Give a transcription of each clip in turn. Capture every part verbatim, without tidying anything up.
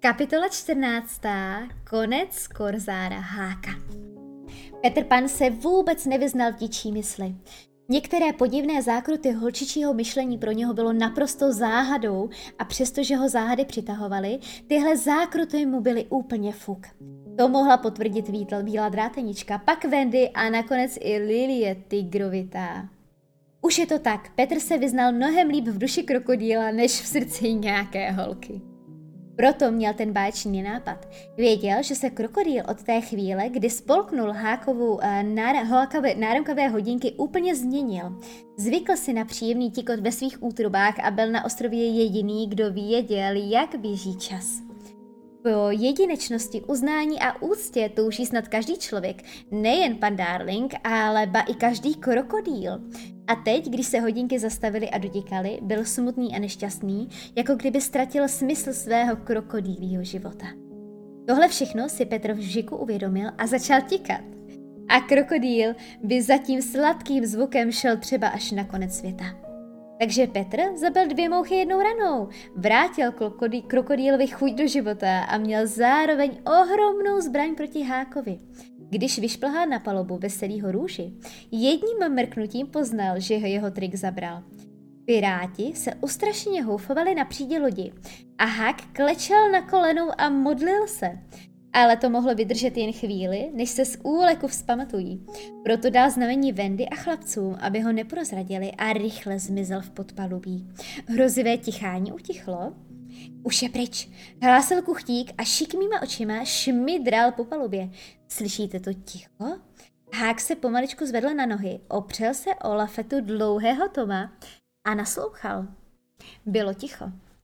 Kapitola čtrnáctá. Konec Korzára Háka. Petr Pan se vůbec nevyznal v dičí mysli. Některé podivné zákruty holčičího myšlení pro něho bylo naprosto záhadou a přestože ho záhady přitahovaly, tyhle zákruty mu byly úplně fuk. To mohla potvrdit Vítl, Bílá drátenička, pak Wendy a nakonec i Lilie Tygrovitá. Už je to tak, Petr se vyznal mnohem líp v duši krokodýla, než v srdci nějaké holky. Proto měl ten báječný nápad. Věděl, že se krokodýl od té chvíle, kdy spolknul Hákovou náramkové hodinky, úplně změnil. Zvykl si na příjemný tikot ve svých útrubách a byl na ostrově jediný, kdo věděl, jak běží čas. Po jedinečnosti, uznání a úctě touží snad každý člověk, nejen pan Darling, ale ba i každý krokodýl. A teď, když se hodinky zastavily a dotikaly, byl smutný a nešťastný, jako kdyby ztratil smysl svého krokodýlího života. Tohle všechno si Petr v žiku uvědomil a začal tikat. A krokodýl by za tím sladkým zvukem šel třeba až na konec světa. Takže Petr zabil dvě mouchy jednou ranou, vrátil krokodý, krokodýlovi chuť do života a měl zároveň ohromnou zbraň proti Hákovi. Když vyšplhal na palubu veselýho růži, jedním mrknutím poznal, že ho jeho trik zabral. Piráti se ustrašeně houfovali na přídi lodi a Hák klečel na kolenou a modlil se. Ale to mohlo vydržet jen chvíli, než se z úleku vzpamatují. Proto dal znamení Wendy a chlapcům, aby ho neprozradili a rychle zmizel v podpalubí. Hrozivé tichání utichlo. Už je pryč, hlásil kuchtík a šikmýma očima šmidral po palubě. Slyšíte to ticho? Hák se pomaličku zvedl na nohy, opřel se o lafetu dlouhého Toma a naslouchal. Bylo ticho.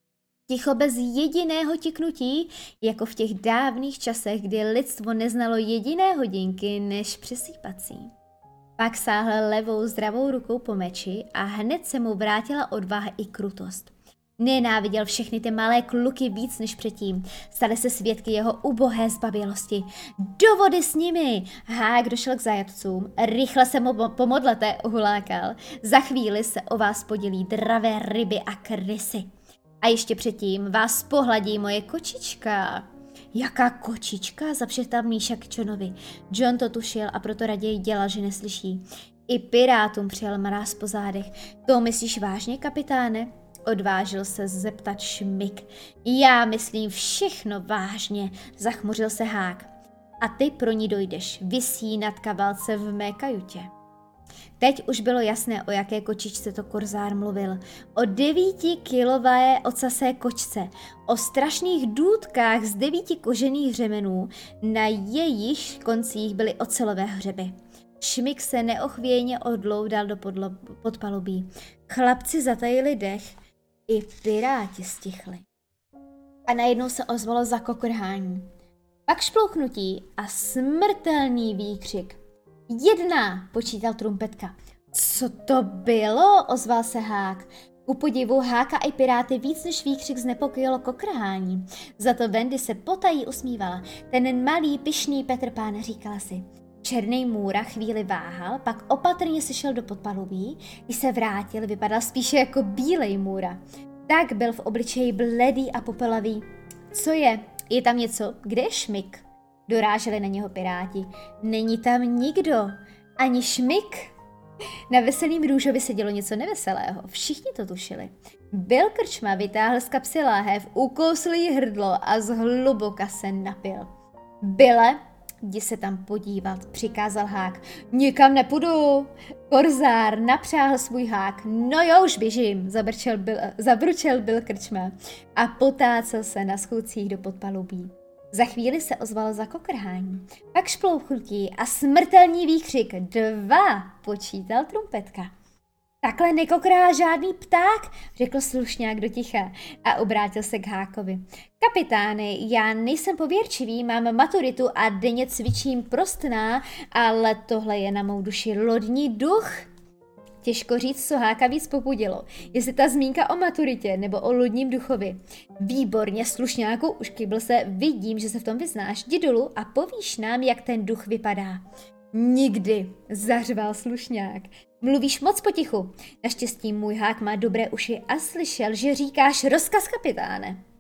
Ticho bez jediného tiknutí, jako v těch dávných časech, kdy lidstvo neznalo jediné hodinky než přesýpací. Pak sáhl levou zdravou rukou po meči a hned se mu vrátila odvaha i krutost. Nenáviděl všechny ty malé kluky víc než předtím. Staly se svědky jeho ubohé zbabělosti. Do vody s nimi! Hák došel k zajatcům, rychle se mu pomodlete, uhulákal. Za chvíli se o vás podělí dravé ryby a krysy. A ještě předtím vás pohladí moje kočička. Jaká kočička? Zapšeptal Míša k Johnovi. John to tušil a proto raději dělal, že neslyší. I pirátům přijel mráz po zádech. To myslíš vážně, kapitáne? Odvážil se zeptat Šmik. Já myslím všechno vážně, zachmuřil se Hák. A ty pro ní dojdeš, visí nad kavalce v mé kajutě. Teď už bylo jasné, o jaké kočičce to Korzár mluvil. O devítikilové ocasé kočce, o strašných důtkách z devíti kožených řemenů, na jejich koncích byly ocelové hřeby. Šmik se neochvějně odloudal do podlo- podpalubí. Chlapci zatajili dech, i piráti stichli. A najednou se ozvalo zakokrhání. Pak šplouchnutí a smrtelný výkřik. Jedna, počítal trumpetka. Co to bylo? Ozval se Hák. Ku podivu Háka i piráty víc než výkřik znepokojilo kokrhání. Za to Wendy se potají usmívala. Ten malý, pyšný Petr Pán, říkala si. Černý můra chvíli váhal, pak opatrně sešel do podpalubí. Když se vrátil, vypadal spíše jako bílej můra. Tak byl v obličeji bledý a popelavý. Co je? Je tam něco? Kde je Šmik? Doráželi na něho piráti. Není tam nikdo. Ani Šmik. Na veselým růžovi se dělo něco neveselého. Všichni to tušili. Bill Krčma vytáhl z kapsy láhev, ukousl jí hrdlo a zhluboka se napil. Bille, jdi se tam podívat, přikázal Hák. Nikam nepůjdu. Korzár napřáhl svůj hák. No jo, už běžím, zabrčel Bill, zabručel Bill Krčma a potácel se na schůdcích do podpalubí. Za chvíli se ozvalo zakokrhání, pak šplouchnutí a smrtelný výkřik. Dva, počítal trumpetka. Takhle nekokrhá žádný pták, řekl slušňák do ticha a obrátil se k Hákovi. Kapitány, já nejsem pověrčivý, mám maturitu a denně cvičím prostná, ale tohle je na mou duši lodní duch. Těžko říct, co Háka víc popudilo, jestli ta zmínka o maturitě nebo o lodním duchovi. Výborně, slušňáku, už kýbl se, vidím, že se v tom vyznáš, jdi dolů a povíš nám, jak ten duch vypadá. Nikdy, zařval slušňák. Mluvíš moc potichu. Naštěstí můj Hák má dobré uši a slyšel, že říkáš rozkaz, kapitáne.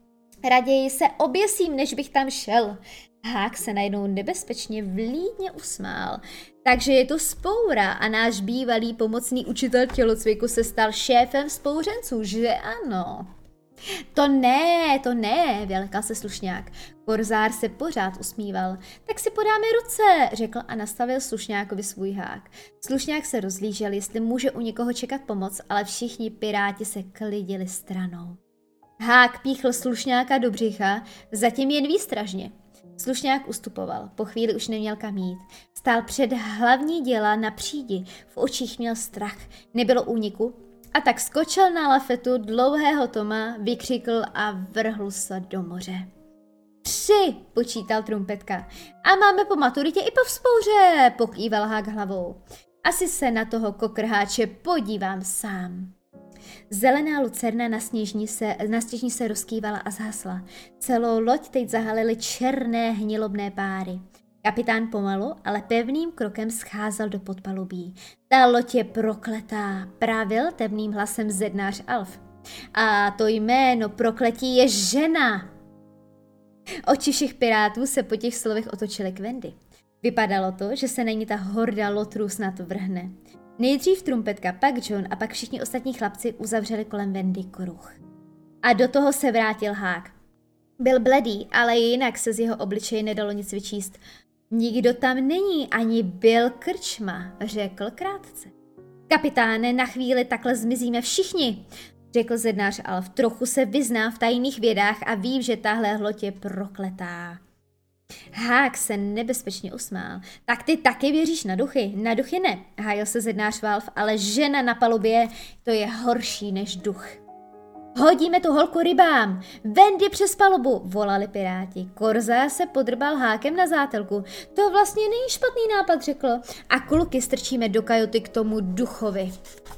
Raději se oběsím, než bych tam šel. Hák se najednou nebezpečně vlídně usmál. Takže je to vzpoura a náš bývalý pomocný učitel tělocviku se stal šéfem vzpouřenců, že ano? To ne, to ne, vylekal se slušňák. Korzár se pořád usmíval. Tak si podáme ruce, řekl a nastavil slušňákovi svůj hák. Slušňák se rozlížel, jestli může u někoho čekat pomoc, ale všichni piráti se klidili stranou. Hák píchl slušňáka do břicha, zatím jen výstražně. Slušňák ustupoval, po chvíli už neměl kam jít. Stál před hlavní děla na přídi, v očích měl strach, nebylo úniku a tak skočil na lafetu dlouhého Toma, vykřikl a vrhl se do moře. Tři, počítal trumpetka. A máme po maturitě i po vzpouře, pokýval Hák hlavou. Asi se na toho kokrháče podívám sám. Zelená lucerna na sněžní se, na stěžní se rozkývala a zhasla. Celou loď teď zahalily černé hnilobné páry. Kapitán pomalu, ale pevným krokem scházel do podpalubí. Ta loď je prokletá, pravil temným hlasem zednář Alf. A to jméno prokletí je žena. Oči všech pirátů se po těch slovech otočily k Wendy. Vypadalo to, že se na ní ta horda lotrů snad vrhne. Nejdřív trumpetka, pak John a pak všichni ostatní chlapci uzavřeli kolem Wendy kruh. A do toho se vrátil Hák. Byl bledý, ale jinak se z jeho obličeje nedalo nic vyčíst. Nikdo tam není, ani Bill Krčma, řekl krátce. Kapitáne, na chvíli takhle zmizíme všichni, řekl zednář Alf. Trochu se vyzná v tajných vědách a ví, že tahle loď je prokletá. Hák se nebezpečně usmál. Tak ty taky věříš na duchy? Na duchy ne, hájil se zednář Valv, ale žena na palubě, to je horší než duch. Hodíme tu holku rybám! Wendy přes palubu, volali piráti. Korzár se podrbal Hákem na zátelku. To vlastně není špatný nápad, řekl. A kluky strčíme do kajuty k tomu duchovi.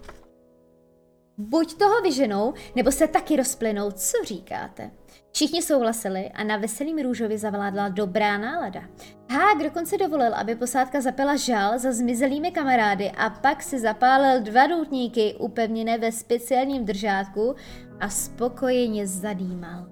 Buď toho vyženou, nebo se taky rozplynou, co říkáte? Všichni souhlasili a na veselým růžovi zavládla dobrá nálada. Hák dokonce dovolil, aby posádka zapela žal za zmizelými kamarády a pak si zapálil dva doutníky upevněné ve speciálním držátku a spokojeně zadýmal.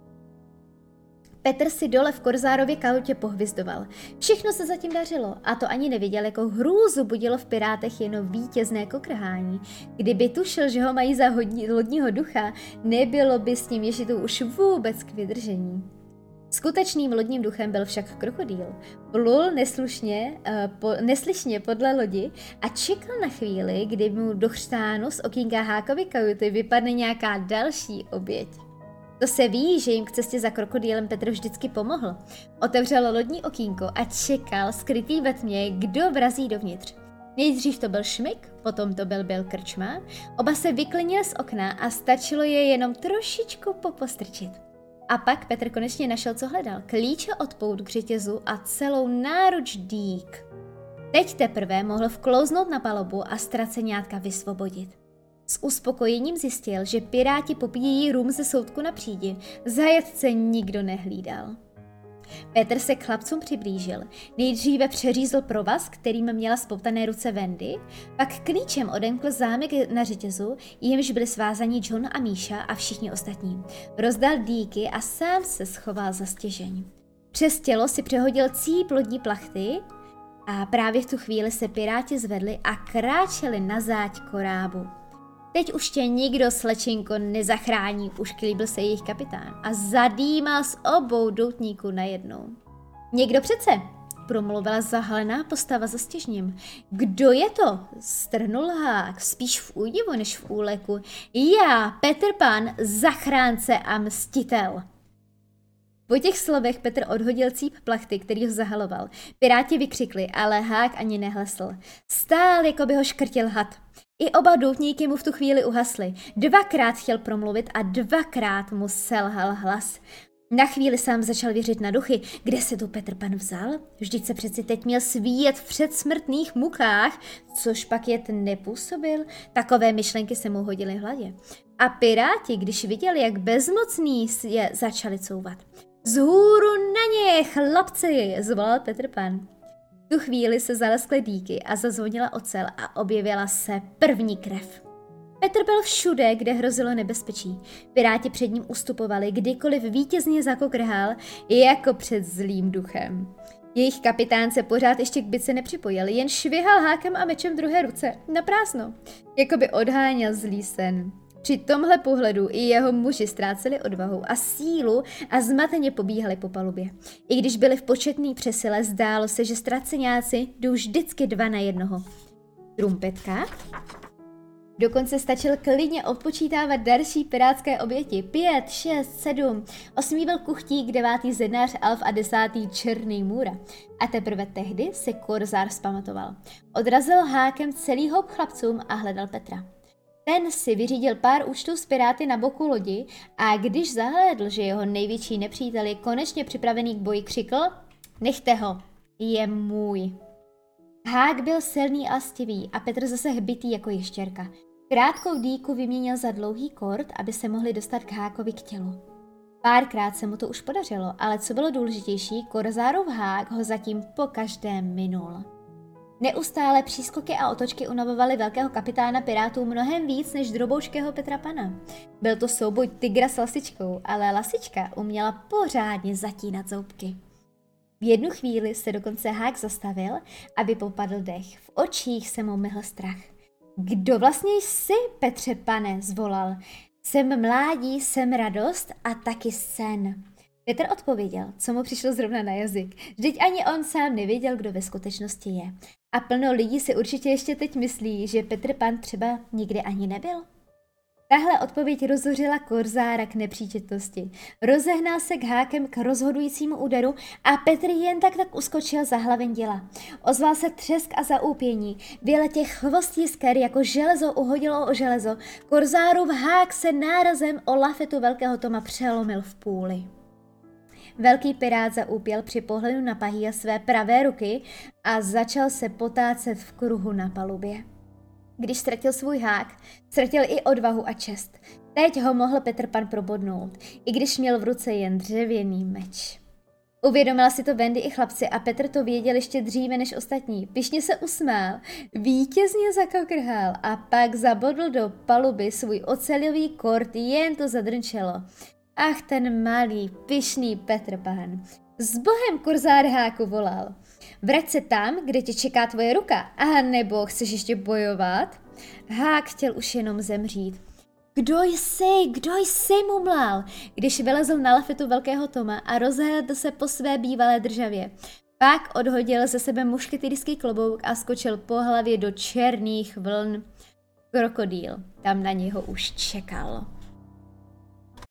Petr si dole v Korzárově kajutě pohvizdoval. Všechno se zatím dařilo a to ani neviděl, jako hrůzu budilo v pirátech jenom vítězné kokrhání. Kdyby tušil, že ho mají za hodní, lodního ducha, nebylo by s ním ježitou už vůbec k vydržení. Skutečným lodním duchem byl však krokodýl. Plul neslušně, uh, po, neslyšně podle lodi a čekal na chvíli, kdy mu do chřtánu z okýnka Hákovy kajuty vypadne nějaká další oběť. To se ví, že jim k cestě za krokodýlem Petr vždycky pomohl. Otevřel lodní okýnko a čekal, skrytý ve tmě, kdo vrazí dovnitř. Nejdřív to byl Šmik, potom to byl Bill Krčma. Oba se vyklinili z okna a stačilo je jenom trošičku popostrčit. A pak Petr konečně našel, co hledal. Klíče od pout k řetězu a celou náruč dýk. Teď teprve mohl vklouznout na palubu a ztraceňátka vysvobodit. S uspokojením zjistil, že piráti popíjejí rum ze soudku na přídi. Zajatce nikdo nehlídal. Petr se k chlapcům přiblížil. Nejdříve přeřízl provaz, kterým měla spoutané ruce Wendy, pak klíčem odemkl zámek na řetězu, jimž byli svázaní John a Míša a všichni ostatní. Rozdal dýky a sám se schoval za stěžeň. Přes tělo si přehodil cíp lodní plachty a právě v tu chvíli se piráti zvedli a kráčeli na záď korábu. Teď už tě nikdo, slečinko, nezachrání, už klíbil se jejich kapitán a zadýmal z obou doutníků najednou. Někdo přece, promluvila zahalená postava za stěžním. Kdo je to? Strhnul Hák, spíš v údivu než v úleku. Já, Petr Pan, zachránce a mstitel. Po těch slovech Petr odhodil cíp plachty, který ho zahaloval. Piráti vykřikli, ale Hák ani nehlesl. Stál, jako by ho škrtil had. I oba doutníky mu v tu chvíli uhasly. Dvakrát chtěl promluvit a dvakrát mu selhal hlas. Na chvíli sám začal věřit na duchy. Kde se tu Petr Pan vzal? Vždyť se přeci teď měl svíjet v předsmrtných mukách, což pak jet nepůsobil. Takové myšlenky se mu hodily hlavě. A piráti, když viděli, jak bezmocný je, začali couvat. Zhůru na ně, chlapci, zvolal Petr Pan. V tu chvíli se zaleskly dýky a zazvonila ocel a objevila se první krev. Petr byl všude, kde hrozilo nebezpečí. Piráti před ním ustupovali, kdykoliv vítězně zakokrhal, jako před zlým duchem. Jejich kapitán se pořád ještě k bitce nepřipojil, jen švihal hákem a mečem v druhé ruce, na prázdno, jako by odháněl zlý sen. Při tomhle pohledu i jeho muži ztráceli odvahu a sílu a zmateně pobíhali po palubě. I když byli v početné přesile, zdálo se, že ztraceňáci jdou vždycky dva na jednoho. Trumpetka dokonce stačil klidně odpočítávat další pirátské oběti. Pět, šest, sedm, osmý byl kuchtík, devátý zednář Alf a desátý černý můra. A teprve tehdy se korzár vzpamatoval. Odrazil hákem celý hop chlapcům a hledal Petra. Ten si vyřídil pár účtů s piráty na boku lodi a když zahlédl, že jeho největší nepřítel je konečně připravený k boji, křikl: Nechte ho, je můj. Hák byl silný a stivý a Petr zase hbitý jako ještěrka. Krátkou dýku vyměnil za dlouhý kort, aby se mohli dostat k Hákovi k tělu. Párkrát se mu to už podařilo, ale co bylo důležitější, korzárův hák ho zatím pokaždé minul. Neustále přískoky a otočky unavovaly velkého kapitána pirátů mnohem víc než droboučkého Petra Pana. Byl to souboj tygra s lasičkou, ale lasička uměla pořádně zatínat zoubky. V jednu chvíli se dokonce hák zastavil, aby popadl dech. V očích se mu myhl strach. Kdo vlastně jsi, Petře Pane, zvolal. Jsem mládí, jsem radost a taky sen. Petr odpověděl, co mu přišlo zrovna na jazyk. Vždyť ani on sám nevěděl, kdo ve skutečnosti je. A plno lidí si určitě ještě teď myslí, že Petr Pan třeba nikdy ani nebyl. Tahle odpověď rozhořila korzára k nepříčetnosti. Rozehnal se k hákem k rozhodujícímu úderu a Petr jen tak tak uskočil za hlavenděla. Ozval se třesk a zaúpění. Vyletě chvost jisker jako železo uhodilo o železo. Korzárův hák se nárazem o lafetu velkého Toma přelomil v půli. Velký pirát zaúpěl při pohledu na Pahýa své pravé ruky a začal se potácet v kruhu na palubě. Když ztratil svůj hák, ztratil i odvahu a čest. Teď ho mohl Petr Pan probodnout, i když měl v ruce jen dřevěný meč. Uvědomila si to Wendy i chlapci a Petr to věděl ještě dříve než ostatní. Pyšně se usmál, vítězně zakokrhal a pak zabodl do paluby svůj ocelový kort, jen to zadrnčelo. Ach, ten malý, pyšný Petr Pan. S bohem korzár háku volal. Vrať se tam, kde tě čeká tvoje ruka, a nebo chceš ještě bojovat? Hák chtěl už jenom zemřít. Kdo jsi, kdo jsi, mumlal, když vylezl na lafetu velkého Toma a rozhlédl se po své bývalé državě. Pak odhodil ze sebe mušketýrský klobouk a skočil po hlavě do černých vln. Krokodýl tam na něho už čekal.